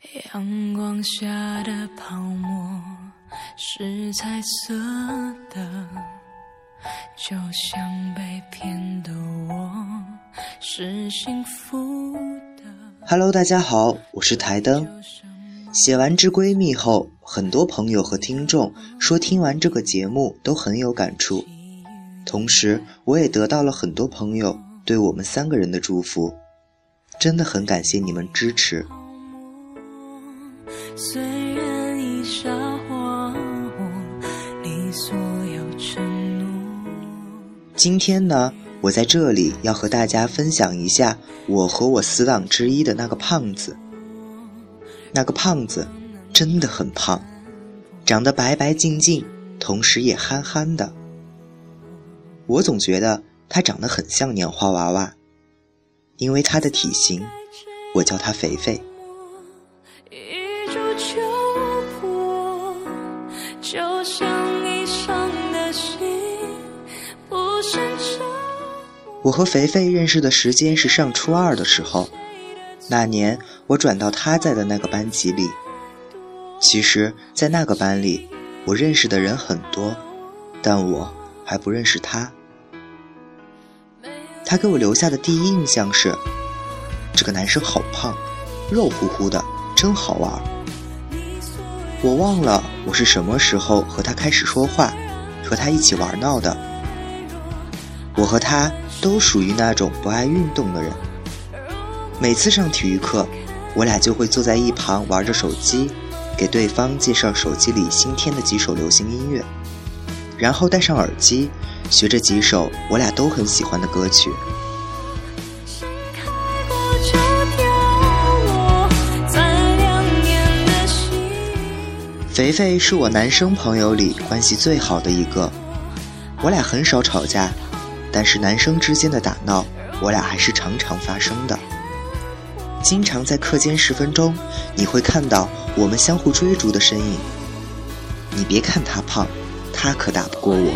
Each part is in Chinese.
阳光下的泡沫是彩色的，就像被骗的我是幸福的。 Hello， 大家好，我是台灯。写完《致闺蜜》后，很多朋友和听众说听完这个节目都很有感触，同时我也得到了很多朋友对我们3个人的祝福，真的很感谢你们支持。 虽然已杀火你所有承诺。 今天呢，我在这里要和大家分享一下我和我死党之一的那个胖子。那个胖子真的很胖，长得白白净净，同时也憨憨的。我总觉得他长得很像年画娃娃，因为他的体型，我叫他肥肥。 就像你伤的心不是我和肥肥认识的时间是上初2的时候，那年我转到他在的那个班级里。其实在那个班里我认识的人很多，但我还不认识他。他给我留下的第一印象是，这个男生好胖，肉乎乎的，真好玩。我忘了我是什么时候和他开始说话，和他一起玩闹的。我和他都属于那种不爱运动的人，每次上体育课，我俩就会坐在一旁玩着手机，给对方介绍手机里新添的几首流行音乐，然后戴上耳机，学着几首我俩都很喜欢的歌曲。肥肥是我男生朋友里关系最好的一个，我俩很少吵架，但是男生之间的打闹，我俩还是常常发生的。经常在课间10分钟，你会看到我们相互追逐的身影。你别看他胖，他可打不过我。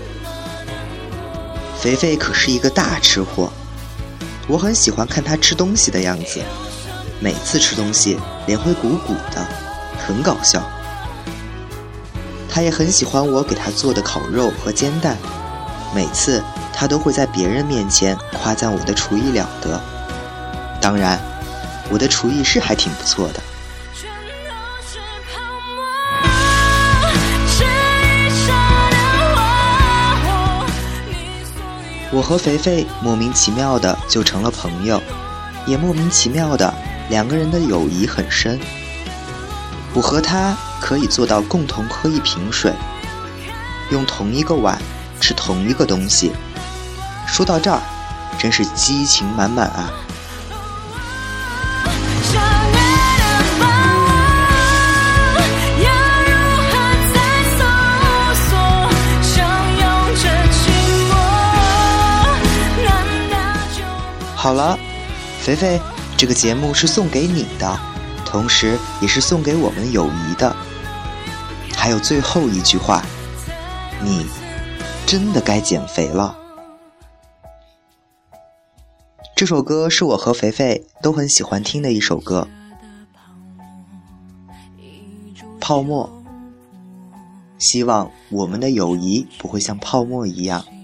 肥肥可是一个大吃货，我很喜欢看他吃东西的样子，每次吃东西脸会鼓鼓的，很搞笑。他也很喜欢我给他做的烤肉和煎蛋，每次他都会在别人面前夸赞我的厨艺了得。当然，我的厨艺是还挺不错的。我和肥肥莫名其妙的就成了朋友，也莫名其妙的2个人的友谊很深。我和他可以做到共同喝一瓶水，用同一个碗吃同一个东西。说到这儿，真是激情满满啊！好了，肥肥，这个节目是送给你的，同时也是送给我们友谊的。还有最后一句话，你真的该减肥了。这首歌是我和肥肥都很喜欢听的一首歌，泡沫。希望我们的友谊不会像泡沫一样